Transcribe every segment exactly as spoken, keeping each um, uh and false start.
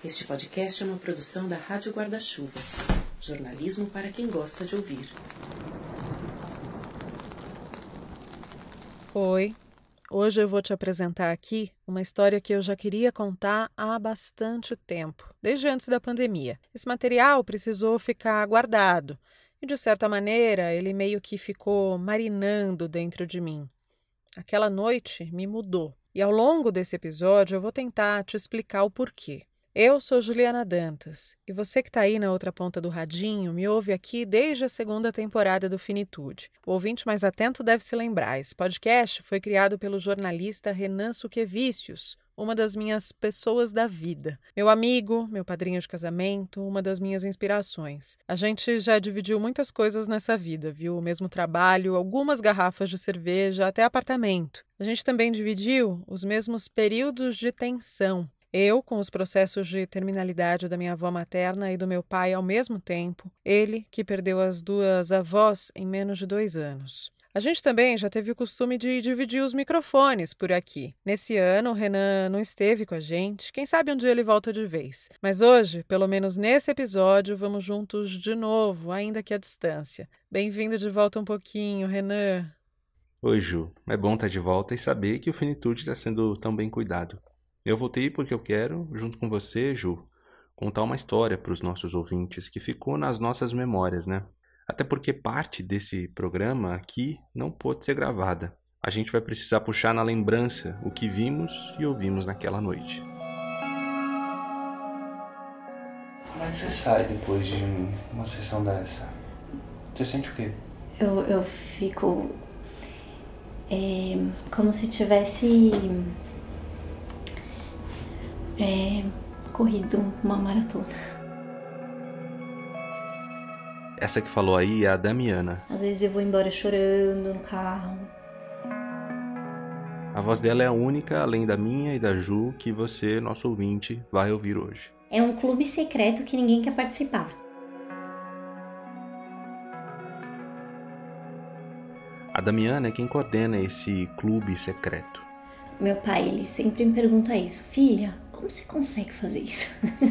Este podcast é uma produção da Rádio Guarda-Chuva. Jornalismo para quem gosta de ouvir. Oi, hoje eu vou te apresentar aqui uma história que eu já queria contar há bastante tempo, desde antes da pandemia. Esse material precisou ficar guardado e, de certa maneira, ele meio que ficou marinando dentro de mim. Aquela noite me mudou e, ao longo desse episódio, eu vou tentar te explicar o porquê. Eu sou Juliana Dantas e você que está aí na outra ponta do radinho me ouve aqui desde a segunda temporada do Finitude. O ouvinte mais atento deve se lembrar, esse podcast foi criado pelo jornalista Renan Suquevicius, uma das minhas pessoas da vida. Meu amigo, meu padrinho de casamento, uma das minhas inspirações. A gente já dividiu muitas coisas nessa vida, viu? O mesmo trabalho, algumas garrafas de cerveja, até apartamento. A gente também dividiu os mesmos períodos de tensão. Eu, com os processos de terminalidade da minha avó materna e do meu pai ao mesmo tempo. Ele, que perdeu as duas avós em menos de dois anos. A gente também já teve o costume de dividir os microfones por aqui. Nesse ano, o Renan não esteve com a gente. Quem sabe um dia ele volta de vez. Mas hoje, pelo menos nesse episódio, vamos juntos de novo, ainda que à distância. Bem-vindo de volta um pouquinho, Renan. Oi, Ju. É bom estar de volta e saber que o Finitude está sendo tão bem cuidado. Eu voltei porque eu quero, junto com você, Ju, contar uma história para os nossos ouvintes que ficou nas nossas memórias, né? Até porque parte desse programa aqui não pôde ser gravada. A gente vai precisar puxar na lembrança o que vimos e ouvimos naquela noite. Como é que você sai depois de uma sessão dessa? Você sente o quê? Eu, eu fico é, como se tivesse é, corrido uma maratona. Essa que falou aí é a Damiana. Às vezes eu vou embora chorando no carro. A voz dela é a única, além da minha e da Ju, que você, nosso ouvinte, vai ouvir hoje. É um clube secreto que ninguém quer participar. A Damiana é quem coordena esse clube secreto. Meu pai, ele sempre me pergunta isso. Filha, como você consegue fazer isso?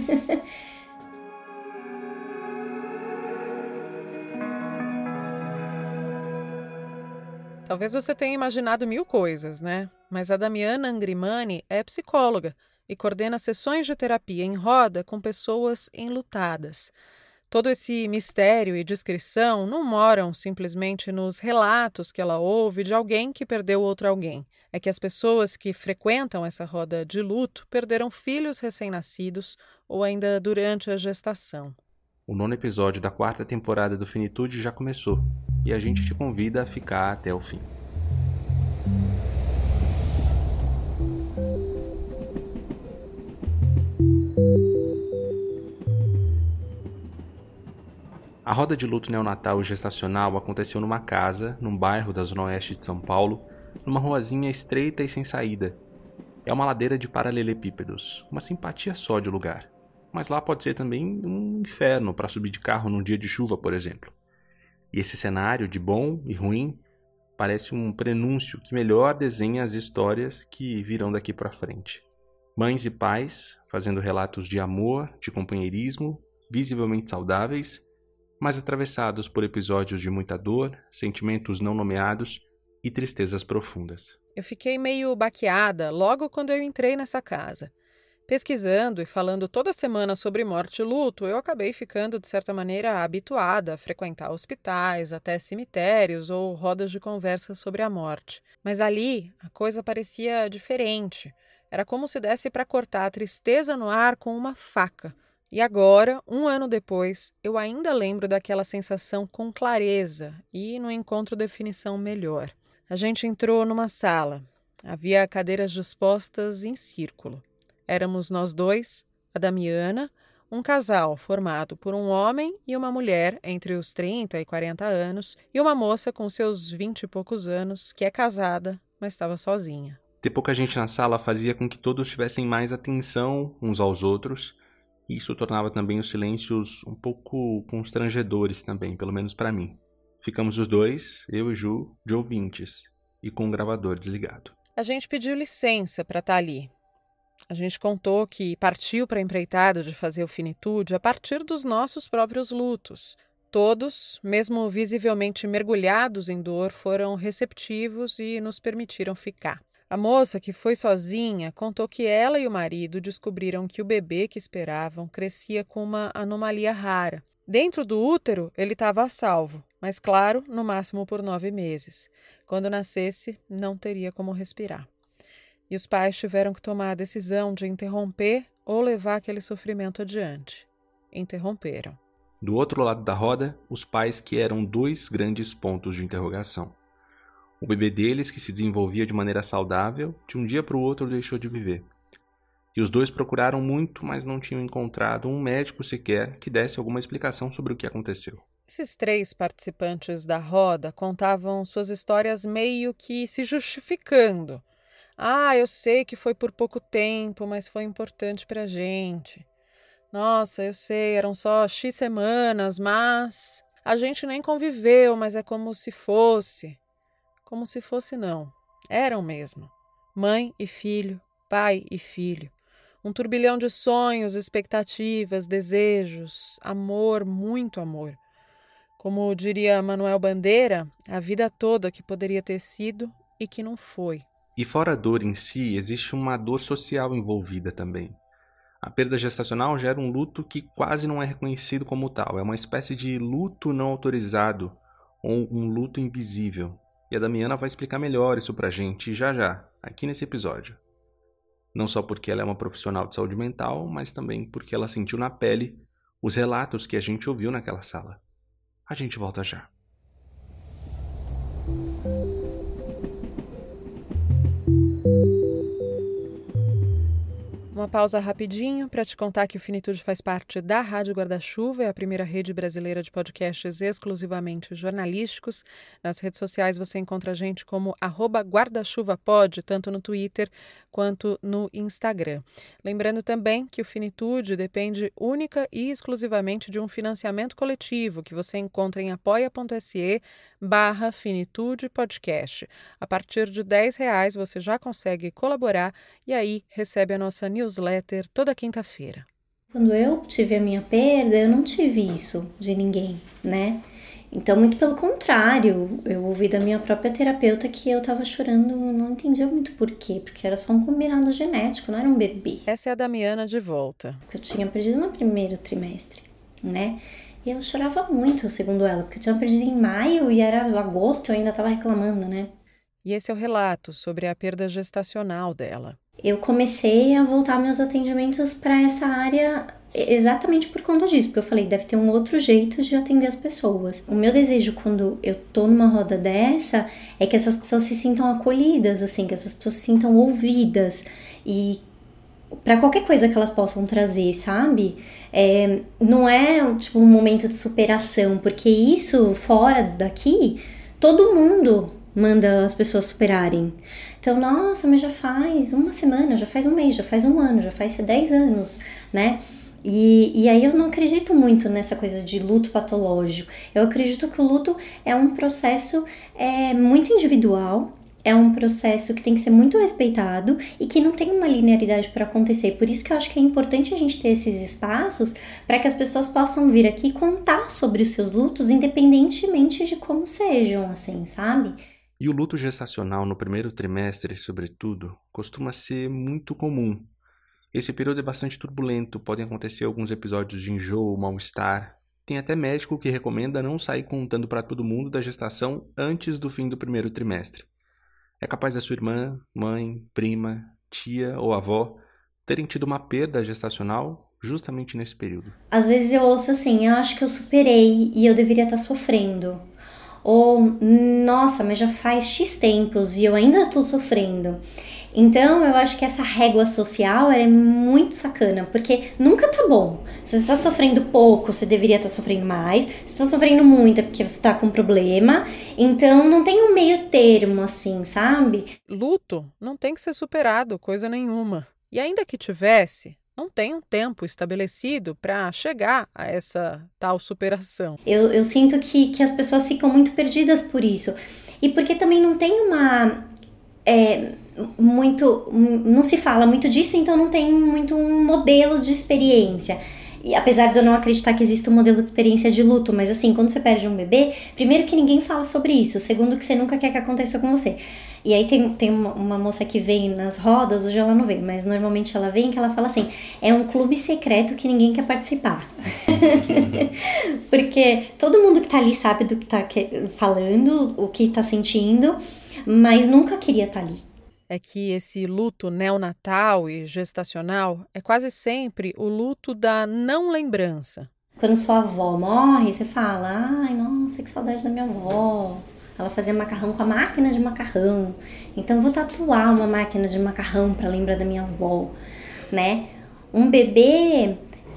Talvez você tenha imaginado mil coisas, né? Mas a Damiana Angrimani é psicóloga e coordena sessões de terapia em roda com pessoas enlutadas. Todo esse mistério e discrição não moram simplesmente nos relatos que ela ouve de alguém que perdeu outro alguém. É que as pessoas que frequentam essa roda de luto perderam filhos recém-nascidos ou ainda durante a gestação. O nono episódio da quarta temporada do Finitude já começou e a gente te convida a ficar até o fim. A roda de luto neonatal e gestacional aconteceu numa casa, num bairro da zona oeste de São Paulo, numa ruazinha estreita e sem saída. É uma ladeira de paralelepípedos, uma simpatia só de lugar. Mas lá pode ser também um inferno para subir de carro num dia de chuva, por exemplo. E esse cenário de bom e ruim parece um prenúncio que melhor desenha as histórias que virão daqui para frente. Mães e pais fazendo relatos de amor, de companheirismo, visivelmente saudáveis, mas atravessados por episódios de muita dor, sentimentos não nomeados e tristezas profundas. Eu fiquei meio baqueada logo quando eu entrei nessa casa. Pesquisando e falando toda semana sobre morte e luto, eu acabei ficando, de certa maneira, habituada a frequentar hospitais, até cemitérios ou rodas de conversa sobre a morte. Mas ali, a coisa parecia diferente. Era como se desse para cortar a tristeza no ar com uma faca. E agora, um ano depois, eu ainda lembro daquela sensação com clareza e não encontro definição melhor. A gente entrou numa sala. Havia cadeiras dispostas em círculo. Éramos nós dois, a Damiana, um casal formado por um homem e uma mulher entre os trinta e quarenta anos e uma moça com seus vinte e poucos anos, que é casada, mas estava sozinha. Ter pouca gente na sala fazia com que todos tivessem mais atenção uns aos outros, e isso tornava também os silêncios um pouco constrangedores também, pelo menos para mim. Ficamos os dois, eu e Ju, de ouvintes, e com o gravador desligado. A gente pediu licença para estar ali. A gente contou que partiu para a empreitada de fazer o Finitude a partir dos nossos próprios lutos. Todos, mesmo visivelmente mergulhados em dor, foram receptivos e nos permitiram ficar. A moça, que foi sozinha, contou que ela e o marido descobriram que o bebê que esperavam crescia com uma anomalia rara. Dentro do útero, ele estava a salvo, mas, claro, no máximo por nove meses. Quando nascesse, não teria como respirar. E os pais tiveram que tomar a decisão de interromper ou levar aquele sofrimento adiante. Interromperam. Do outro lado da roda, os pais que eram dois grandes pontos de interrogação. O bebê deles, que se desenvolvia de maneira saudável, de um dia para o outro deixou de viver. E os dois procuraram muito, mas não tinham encontrado um médico sequer que desse alguma explicação sobre o que aconteceu. Esses três participantes da roda contavam suas histórias meio que se justificando. Ah, eu sei que foi por pouco tempo, mas foi importante pra gente. Nossa, eu sei, eram só X semanas, mas a gente nem conviveu, mas é como se fosse. Como se fosse não. Eram mesmo. Mãe e filho, pai e filho. Um turbilhão de sonhos, expectativas, desejos, amor, muito amor. Como diria Manuel Bandeira, a vida toda que poderia ter sido e que não foi. E fora a dor em si, existe uma dor social envolvida também. A perda gestacional gera um luto que quase não é reconhecido como tal. É uma espécie de luto não autorizado ou um luto invisível. E a Damiana vai explicar melhor isso pra gente já já, aqui nesse episódio. Não só porque ela é uma profissional de saúde mental, mas também porque ela sentiu na pele os relatos que a gente ouviu naquela sala. A gente volta já. Uma pausa rapidinho para te contar que o Finitude faz parte da Rádio Guarda-Chuva, é a primeira rede brasileira de podcasts exclusivamente jornalísticos. Nas redes sociais você encontra a gente como arroba guardachuvapod, tanto no Twitter quanto no Instagram. Lembrando também que o Finitude depende única e exclusivamente de um financiamento coletivo que você encontra em apoia.se barra Finitude Podcast. A partir de dez reais você já consegue colaborar e aí recebe a nossa newsletter toda quinta-feira. Quando eu tive a minha perda, eu não tive isso de ninguém, né? Então, muito pelo contrário, eu ouvi da minha própria terapeuta que eu tava chorando, não entendia muito por quê, porque era só um combinado genético, não era um bebê. Essa é a Damiana de volta. Que eu tinha perdido no primeiro trimestre, né? E eu chorava muito, segundo ela, porque eu tinha perdido em maio e era agosto, eu ainda tava reclamando, né? E esse é o relato sobre a perda gestacional dela. Eu comecei a voltar meus atendimentos para essa área exatamente por conta disso, porque eu falei, deve ter um outro jeito de atender as pessoas. O meu desejo quando eu tô numa roda dessa é que essas pessoas se sintam acolhidas, assim, que essas pessoas se sintam ouvidas e para qualquer coisa que elas possam trazer, sabe? É, não é tipo um momento de superação, porque isso fora daqui, todo mundo manda as pessoas superarem. Então, nossa, mas já faz uma semana, já faz um mês, já faz um ano, já faz dez anos, né? E, e aí eu não acredito muito nessa coisa de luto patológico. Eu acredito que o luto é um processo é, muito individual, é um processo que tem que ser muito respeitado e que não tem uma linearidade para acontecer. Por isso que eu acho que é importante a gente ter esses espaços para que as pessoas possam vir aqui contar sobre os seus lutos, independentemente de como sejam, assim, sabe? E o luto gestacional no primeiro trimestre, sobretudo, costuma ser muito comum. Esse período é bastante turbulento, podem acontecer alguns episódios de enjoo, mal-estar. Tem até médico que recomenda não sair contando para todo mundo da gestação antes do fim do primeiro trimestre. É capaz da sua irmã, mãe, prima, tia ou avó terem tido uma perda gestacional justamente nesse período. Às vezes eu ouço assim, eu acho que eu superei e eu deveria estar sofrendo. Ou, nossa, mas já faz X tempos e eu ainda estou sofrendo. Então, eu acho que essa régua social é muito sacana, porque nunca tá bom. Se você está sofrendo pouco, você deveria estar sofrendo mais. Se você está sofrendo muito, é porque você está com problema. Então, não tem um meio termo, assim, sabe? Luto não tem que ser superado, coisa nenhuma. E ainda que tivesse, não tem um tempo estabelecido para chegar a essa tal superação. Eu, eu sinto que, que as pessoas ficam muito perdidas por isso. E porque também não tem uma... É, muito, não se fala muito disso, então não tem muito um modelo de experiência. E apesar de eu não acreditar que exista um modelo de experiência de luto, mas assim, quando você perde um bebê, primeiro que ninguém fala sobre isso, segundo que você nunca quer que aconteça com você. E aí tem, tem uma, uma moça que vem nas rodas, hoje ela não vem, mas normalmente ela vem, que ela fala assim, é um clube secreto que ninguém quer participar. Porque todo mundo que tá ali sabe do que tá falando, o que tá sentindo, mas nunca queria estar ali. É que esse luto neonatal e gestacional é quase sempre o luto da não lembrança. Quando sua avó morre, você fala, ai, nossa, que saudade da minha avó. Ela fazia macarrão com a máquina de macarrão. Então eu vou tatuar uma máquina de macarrão para lembrar da minha avó, né? Um bebê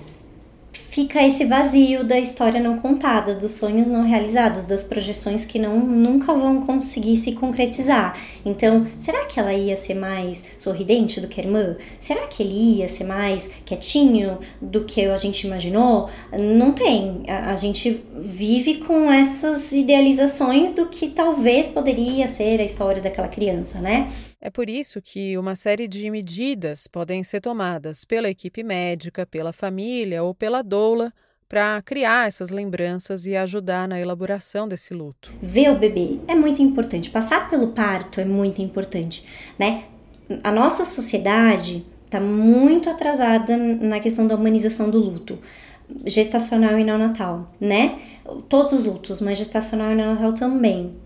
fica esse vazio da história não contada, dos sonhos não realizados, das projeções que não, nunca vão conseguir se concretizar. Então, será que ela ia ser mais sorridente do que a irmã? Será que ele ia ser mais quietinho do que a gente imaginou? Não tem. A, a gente vive com essas idealizações do que talvez poderia ser a história daquela criança, né? É por isso que uma série de medidas podem ser tomadas pela equipe médica, pela família ou pela doula para criar essas lembranças e ajudar na elaboração desse luto. Ver o bebê é muito importante, passar pelo parto é muito importante, né? A nossa sociedade está muito atrasada na questão da humanização do luto, gestacional e neonatal, né? Todos os lutos, mas gestacional e neonatal também.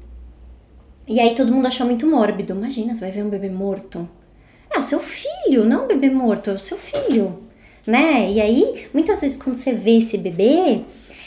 E aí todo mundo acha muito mórbido. Imagina, você vai ver um bebê morto. É o seu filho, não um bebê morto, é o seu filho, né? E aí, muitas vezes quando você vê esse bebê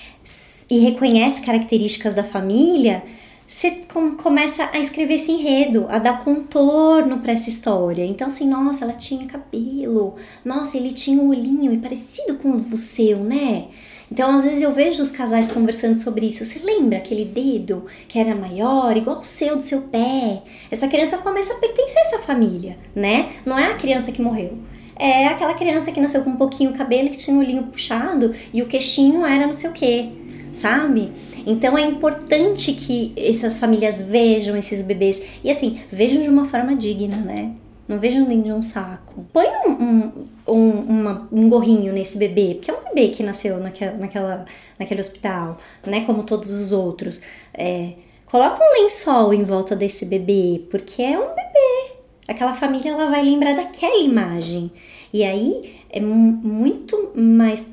e reconhece características da família, você começa a escrever esse enredo, a dar contorno para essa história. Então assim, nossa, ela tinha cabelo, nossa, ele tinha um olhinho parecido com o seu, né? Então, às vezes eu vejo os casais conversando sobre isso. Você lembra aquele dedo que era maior, igual o seu, do seu pé? Essa criança começa a pertencer a essa família, né? Não é a criança que morreu. É aquela criança que nasceu com um pouquinho de cabelo, que tinha o olhinho puxado e o queixinho era não sei o quê, sabe? Então, é importante que essas famílias vejam esses bebês. E assim, vejam de uma forma digna, né? Não vejam dentro de um saco. Põe um, um, um, uma, um gorrinho nesse bebê, porque é um bebê que nasceu naquela, naquela, naquele hospital, né? Como todos os outros. É, coloca um lençol em volta desse bebê, porque é um bebê. Aquela família, ela vai lembrar daquela imagem. E aí, é m- muito mais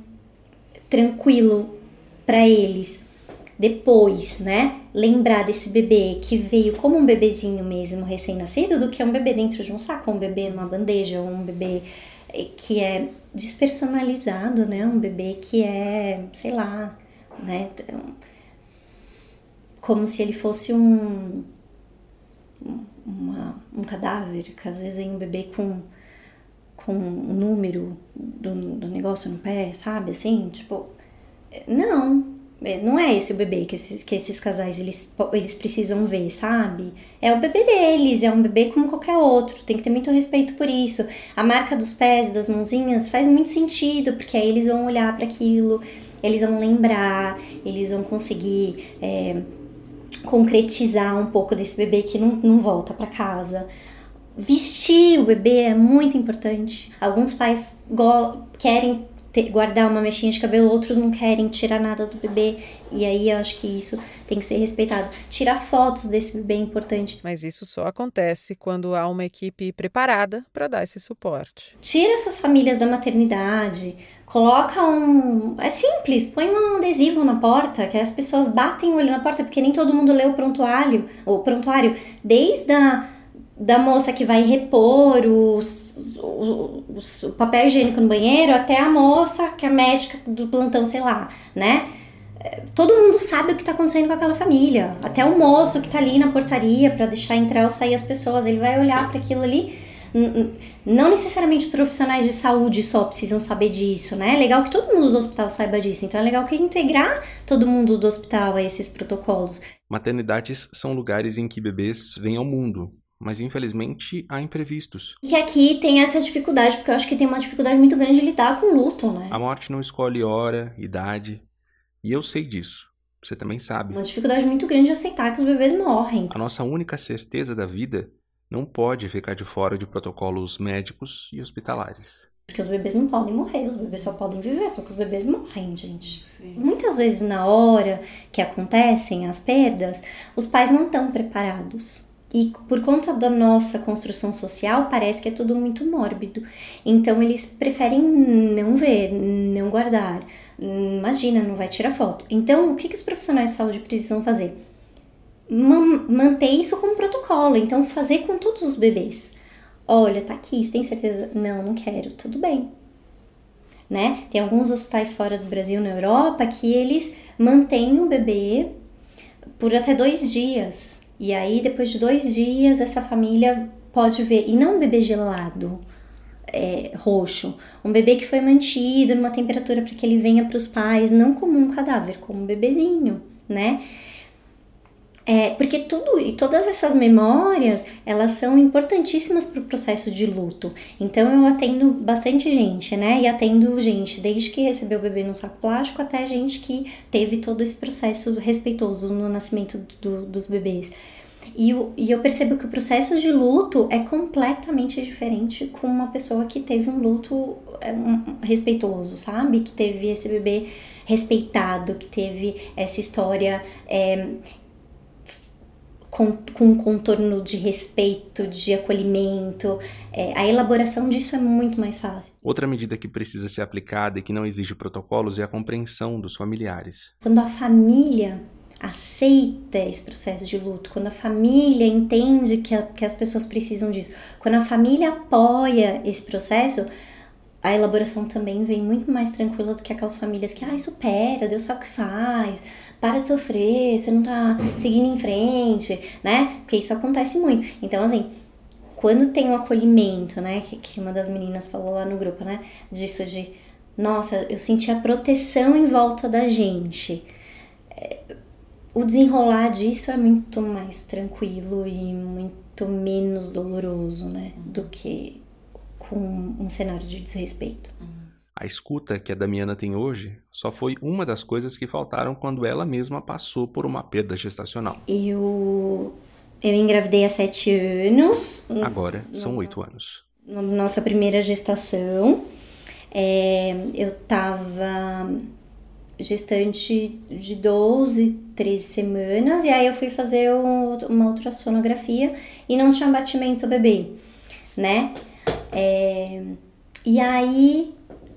tranquilo para eles depois, né, lembrar desse bebê que veio como um bebezinho mesmo, recém-nascido, do que um bebê dentro de um saco, um bebê numa bandeja, ou um bebê que é despersonalizado, né, um bebê que é, sei lá, né, como se ele fosse um, uma, um cadáver, que às vezes vem um bebê com, com um número do, do negócio no pé, sabe, assim, tipo, não... Não é esse o bebê que esses, que esses casais eles, eles precisam ver, sabe? É o bebê deles, é um bebê como qualquer outro, tem que ter muito respeito por isso. A marca dos pés e das mãozinhas faz muito sentido, porque aí eles vão olhar para aquilo, eles vão lembrar, eles vão conseguir é, concretizar um pouco desse bebê que não, não volta para casa. Vestir o bebê é muito importante. Alguns pais go- querem ter, guardar uma mechinha de cabelo, outros não querem tirar nada do bebê, e aí eu acho que isso tem que ser respeitado. Tirar fotos desse bebê é importante. Mas isso só acontece quando há uma equipe preparada para dar esse suporte. Tira essas famílias da maternidade, coloca um... É simples, põe um adesivo na porta, que as pessoas batem o olho na porta, porque nem todo mundo lê o prontuário, o prontuário, desde a da moça que vai repor os, os, o papel higiênico no banheiro até a moça que é médica do plantão, sei lá, né? Todo mundo sabe o que tá acontecendo com aquela família. Até o moço que tá ali na portaria para deixar entrar ou sair as pessoas, ele vai olhar para aquilo ali. Não necessariamente profissionais de saúde só precisam saber disso, né? É legal que todo mundo do hospital saiba disso. Então é legal que integrar todo mundo do hospital a esses protocolos. Maternidades são lugares em que bebês vêm ao mundo. Mas, infelizmente, há imprevistos. E aqui tem essa dificuldade, porque eu acho que tem uma dificuldade muito grande de lidar com o luto, né? A morte não escolhe hora, idade. E eu sei disso. Você também sabe. Uma dificuldade muito grande de aceitar que os bebês morrem. A nossa única certeza da vida não pode ficar de fora de protocolos médicos e hospitalares. Porque os bebês não podem morrer, os bebês só podem viver, só que os bebês morrem, gente. Sim. Muitas vezes na hora que acontecem as perdas, os pais não estão preparados. E por conta da nossa construção social, parece que é tudo muito mórbido. Então eles preferem não ver, não guardar. Imagina, não vai tirar foto. Então o que, que os profissionais de saúde precisam fazer? Manter isso como protocolo, então fazer com todos os bebês. Olha, tá aqui, você tem certeza? Não, não quero, tudo bem. Né? Tem alguns hospitais fora do Brasil, na Europa, que eles mantêm o bebê por até dois dias. E aí, depois de dois dias, essa família pode ver. E não um bebê gelado, é, roxo. Um bebê que foi mantido numa temperatura para que ele venha para os pais, não como um cadáver, como um bebezinho, né? É, porque tudo e todas essas memórias, elas são importantíssimas para o processo de luto. Então eu atendo bastante gente, né? E atendo gente desde que recebeu o bebê num saco plástico até gente que teve todo esse processo respeitoso no nascimento do, dos bebês. E, o, e eu percebo que o processo de luto é completamente diferente com uma pessoa que teve um luto é, um, respeitoso, sabe? Que teve esse bebê respeitado, que teve essa história... É, Com, com um contorno de respeito, de acolhimento, é, a elaboração disso é muito mais fácil. Outra medida que precisa ser aplicada e que não exige protocolos é a compreensão dos familiares. Quando a família aceita esse processo de luto, quando a família entende que, a, que as pessoas precisam disso, quando a família apoia esse processo, a elaboração também vem muito mais tranquila do que aquelas famílias que, ai, supera, Deus sabe o que faz, para de sofrer, você não tá seguindo em frente, né? Porque isso acontece muito. Então, assim, quando tem o acolhimento, né, que, que uma das meninas falou lá no grupo, né, disso de, nossa, eu senti a proteção em volta da gente. É, o desenrolar disso é muito mais tranquilo e muito menos doloroso, né, do que com um cenário de desrespeito. A escuta que a Damiana tem hoje só foi uma das coisas que faltaram quando ela mesma passou por uma perda gestacional. Eu, eu engravidei há sete anos. Agora são oito anos. Na nossa primeira gestação, é, eu tava gestante de doze, treze semanas, e aí eu fui fazer um, uma ultrassonografia e não tinha batimento bebê, né? É, e aí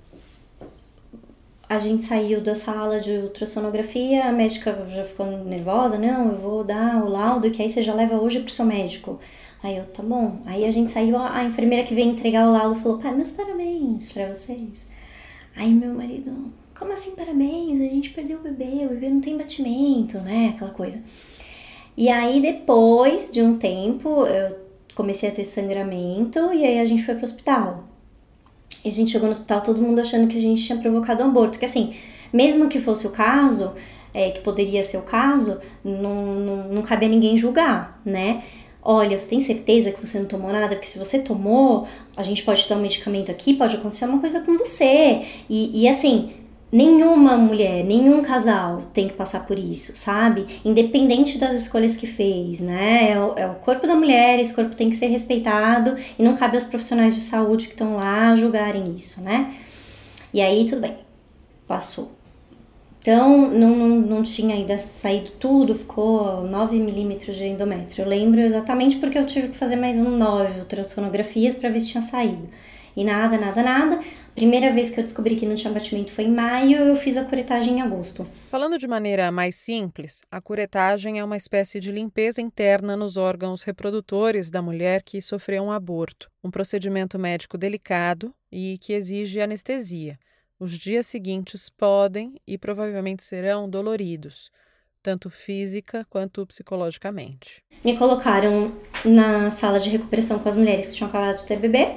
a gente saiu da sala de ultrassonografia, a médica já ficou nervosa, não, eu vou dar o laudo que aí você já leva hoje pro seu médico. Aí eu, tá bom. Aí a gente saiu, a enfermeira que veio entregar o laudo falou, pai, meus parabéns pra vocês. Aí meu marido, como assim parabéns? A gente perdeu o bebê, o bebê não tem batimento, né, aquela coisa. E aí depois de um tempo, eu comecei a ter sangramento e aí a gente foi pro hospital. E a gente chegou no hospital, todo mundo achando que a gente tinha provocado um aborto. Que assim, mesmo que fosse o caso, é, que poderia ser o caso, não, não, não cabia ninguém julgar, né? Olha, você tem certeza que você não tomou nada? Porque se você tomou, a gente pode dar um medicamento aqui, pode acontecer uma coisa com você. E, e assim, nenhuma mulher, nenhum casal tem que passar por isso, sabe? Independente das escolhas que fez, né? É o, é o corpo da mulher, esse corpo tem que ser respeitado e não cabe aos profissionais de saúde que estão lá julgarem isso, né? E aí, tudo bem, passou. Então, não, não, não tinha ainda saído tudo, ficou nove milímetros de endométrio. Eu lembro exatamente porque eu tive que fazer mais um nove ultrassonografias para ver se tinha saído. E nada, nada, nada. Primeira vez que eu descobri que não tinha batimento foi em maio, eu fiz a curetagem em agosto. Falando de maneira mais simples, a curetagem é uma espécie de limpeza interna nos órgãos reprodutores da mulher que sofreu um aborto. Um procedimento médico delicado e que exige anestesia. Os dias seguintes podem e provavelmente serão doloridos, tanto física quanto psicologicamente. Me colocaram na sala de recuperação com as mulheres que tinham acabado de ter bebê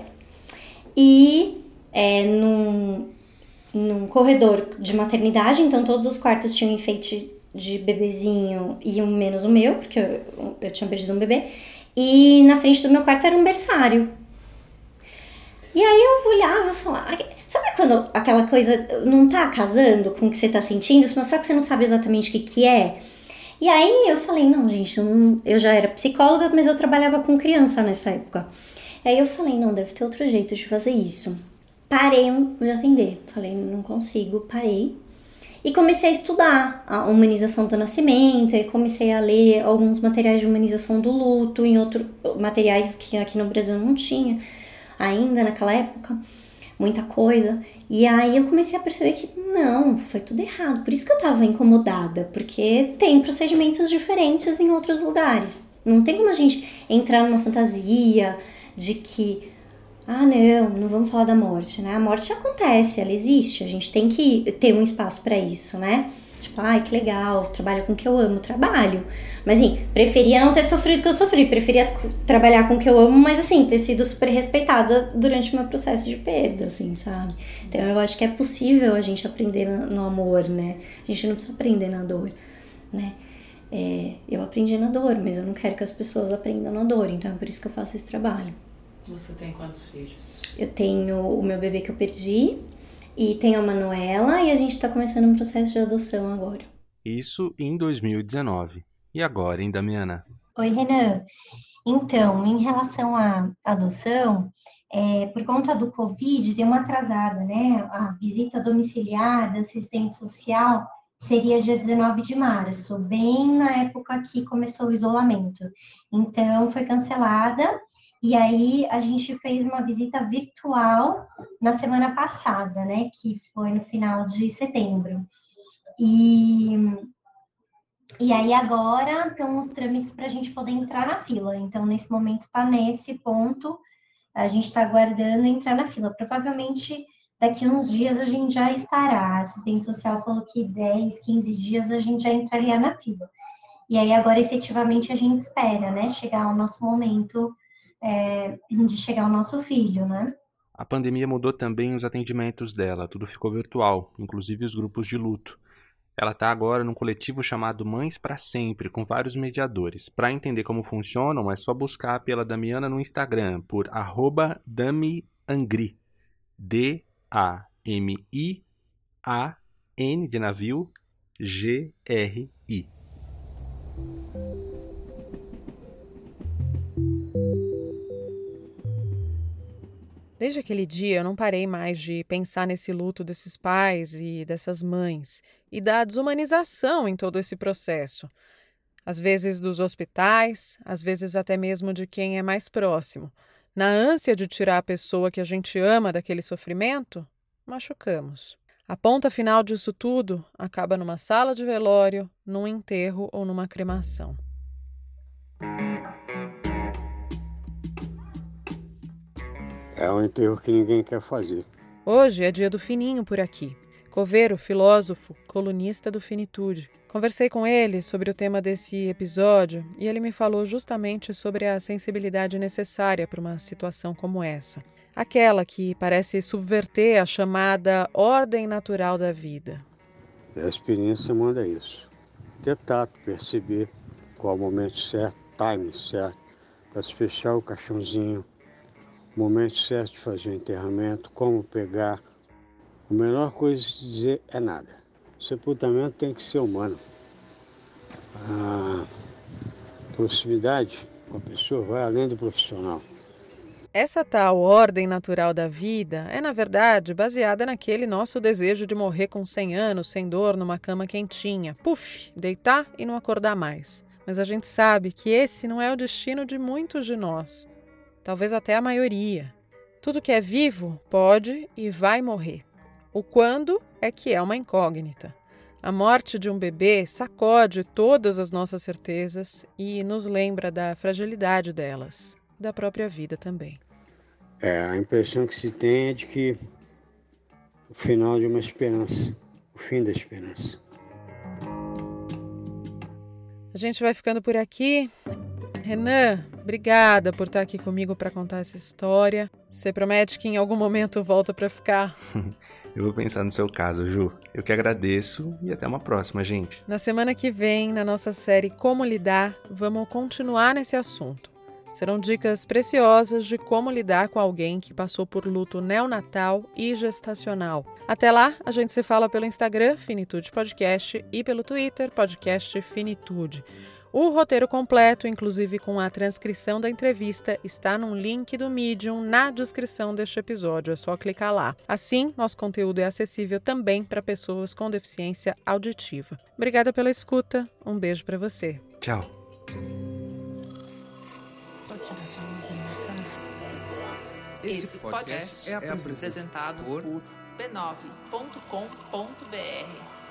e é, num, num corredor de maternidade, então todos os quartos tinham enfeite de bebezinho e um menos o meu, porque eu, eu tinha perdido um bebê, e na frente do meu quarto era um berçário. E aí eu olhava e falava, sabe quando aquela coisa não tá casando com o que você tá sentindo, só que você não sabe exatamente o que que é? E E aí eu falei, não, gente, eu, não, eu já era psicóloga, mas eu trabalhava com criança nessa época. E aí eu falei, não, deve ter outro jeito de fazer isso. Parei de atender, falei, não consigo, parei. E comecei a estudar a humanização do nascimento, e comecei a ler alguns materiais de humanização do luto, em outros materiais que aqui no Brasil não tinha ainda naquela época, muita coisa. E aí eu comecei a perceber que não, foi tudo errado. Por isso que eu tava incomodada, porque tem procedimentos diferentes em outros lugares. Não tem como a gente entrar numa fantasia de que, ah, não, não vamos falar da morte, né? A morte acontece, ela existe, a gente tem que ter um espaço pra isso, né? Tipo, ai, que legal, trabalho com o que eu amo, trabalho. Mas, assim, preferia não ter sofrido o que eu sofri, preferia trabalhar com o que eu amo, mas, assim, ter sido super respeitada durante o meu processo de perda, assim, sabe? Então, eu acho que é possível a gente aprender no amor, né? A gente não precisa aprender na dor, né? É, eu aprendi na dor, mas eu não quero que as pessoas aprendam na dor, então é por isso que eu faço esse trabalho. Você tem quantos filhos? Eu tenho o meu bebê que eu perdi e tenho a Manuela e a gente tá começando um processo de adoção agora. Isso em dois mil e dezenove. E agora, hein, Damiana? Oi, Renan. Então, em relação à adoção, é, por conta do Covid, deu uma atrasada, né? A visita domiciliar da assistente social seria dia dezenove de março, bem na época que começou o isolamento. Então, foi cancelada. E aí, a gente fez uma visita virtual na semana passada, né? Que foi no final de setembro. E, e aí, agora, estão os trâmites para a gente poder entrar na fila. Então, nesse momento, está nesse ponto. A gente está aguardando entrar na fila. Provavelmente, daqui uns dias, a gente já estará. A assistente social falou que dez, quinze dias a gente já entraria na fila. E aí, agora, efetivamente, a gente espera, né? Chegar o nosso momento... É, de chegar ao nosso filho, né? A pandemia mudou também os atendimentos dela, tudo ficou virtual, inclusive os grupos de luto. Ela está agora num coletivo chamado Mães para Sempre, com vários mediadores. Para entender como funcionam, é só buscar pela Damiana no Instagram, por arroba damiangri, D A M I A N de navio, G R I. Desde aquele dia, eu não parei mais de pensar nesse luto desses pais e dessas mães e da desumanização em todo esse processo. Às vezes dos hospitais, às vezes até mesmo de quem é mais próximo. Na ânsia de tirar a pessoa que a gente ama daquele sofrimento, machucamos. A ponta final disso tudo acaba numa sala de velório, num enterro ou numa cremação. É um enterro que ninguém quer fazer. Hoje é dia do Fininho por aqui. Coveiro, filósofo, colunista do Finitude. Conversei com ele sobre o tema desse episódio e ele me falou justamente sobre a sensibilidade necessária para uma situação como essa. Aquela que parece subverter a chamada ordem natural da vida. E a experiência manda isso. Ter tato, perceber qual é o momento certo, time certo, para se fechar o caixãozinho, o momento certo de fazer o enterramento, como pegar. A melhor coisa de se dizer é nada. O sepultamento tem que ser humano. A proximidade com a pessoa vai além do profissional. Essa tal ordem natural da vida é, na verdade, baseada naquele nosso desejo de morrer com cem anos, sem dor, numa cama quentinha. Puf, deitar e não acordar mais. Mas a gente sabe que esse não é o destino de muitos de nós. Talvez até a maioria. Tudo que é vivo pode e vai morrer. O quando é que é uma incógnita. A morte de um bebê sacode todas as nossas certezas e nos lembra da fragilidade delas, e da própria vida também. É, a impressão que se tem é de que o final de uma esperança, o fim da esperança. A gente vai ficando por aqui. Renan, obrigada por estar aqui comigo para contar essa história. Você promete que em algum momento volta para ficar? Eu vou pensar no seu caso, Ju. Eu que agradeço e até uma próxima, gente. Na semana que vem, na nossa série Como Lidar, vamos continuar nesse assunto. Serão dicas preciosas de como lidar com alguém que passou por luto neonatal e gestacional. Até lá, a gente se fala pelo Instagram, Finitude Podcast, e pelo Twitter, Podcast Finitude. O roteiro completo, inclusive com a transcrição da entrevista, está num link do Medium na descrição deste episódio. É só clicar lá. Assim, nosso conteúdo é acessível também para pessoas com deficiência auditiva. Obrigada pela escuta. Um beijo para você. Tchau. Esse podcast é apresentado por b nove ponto com ponto b r.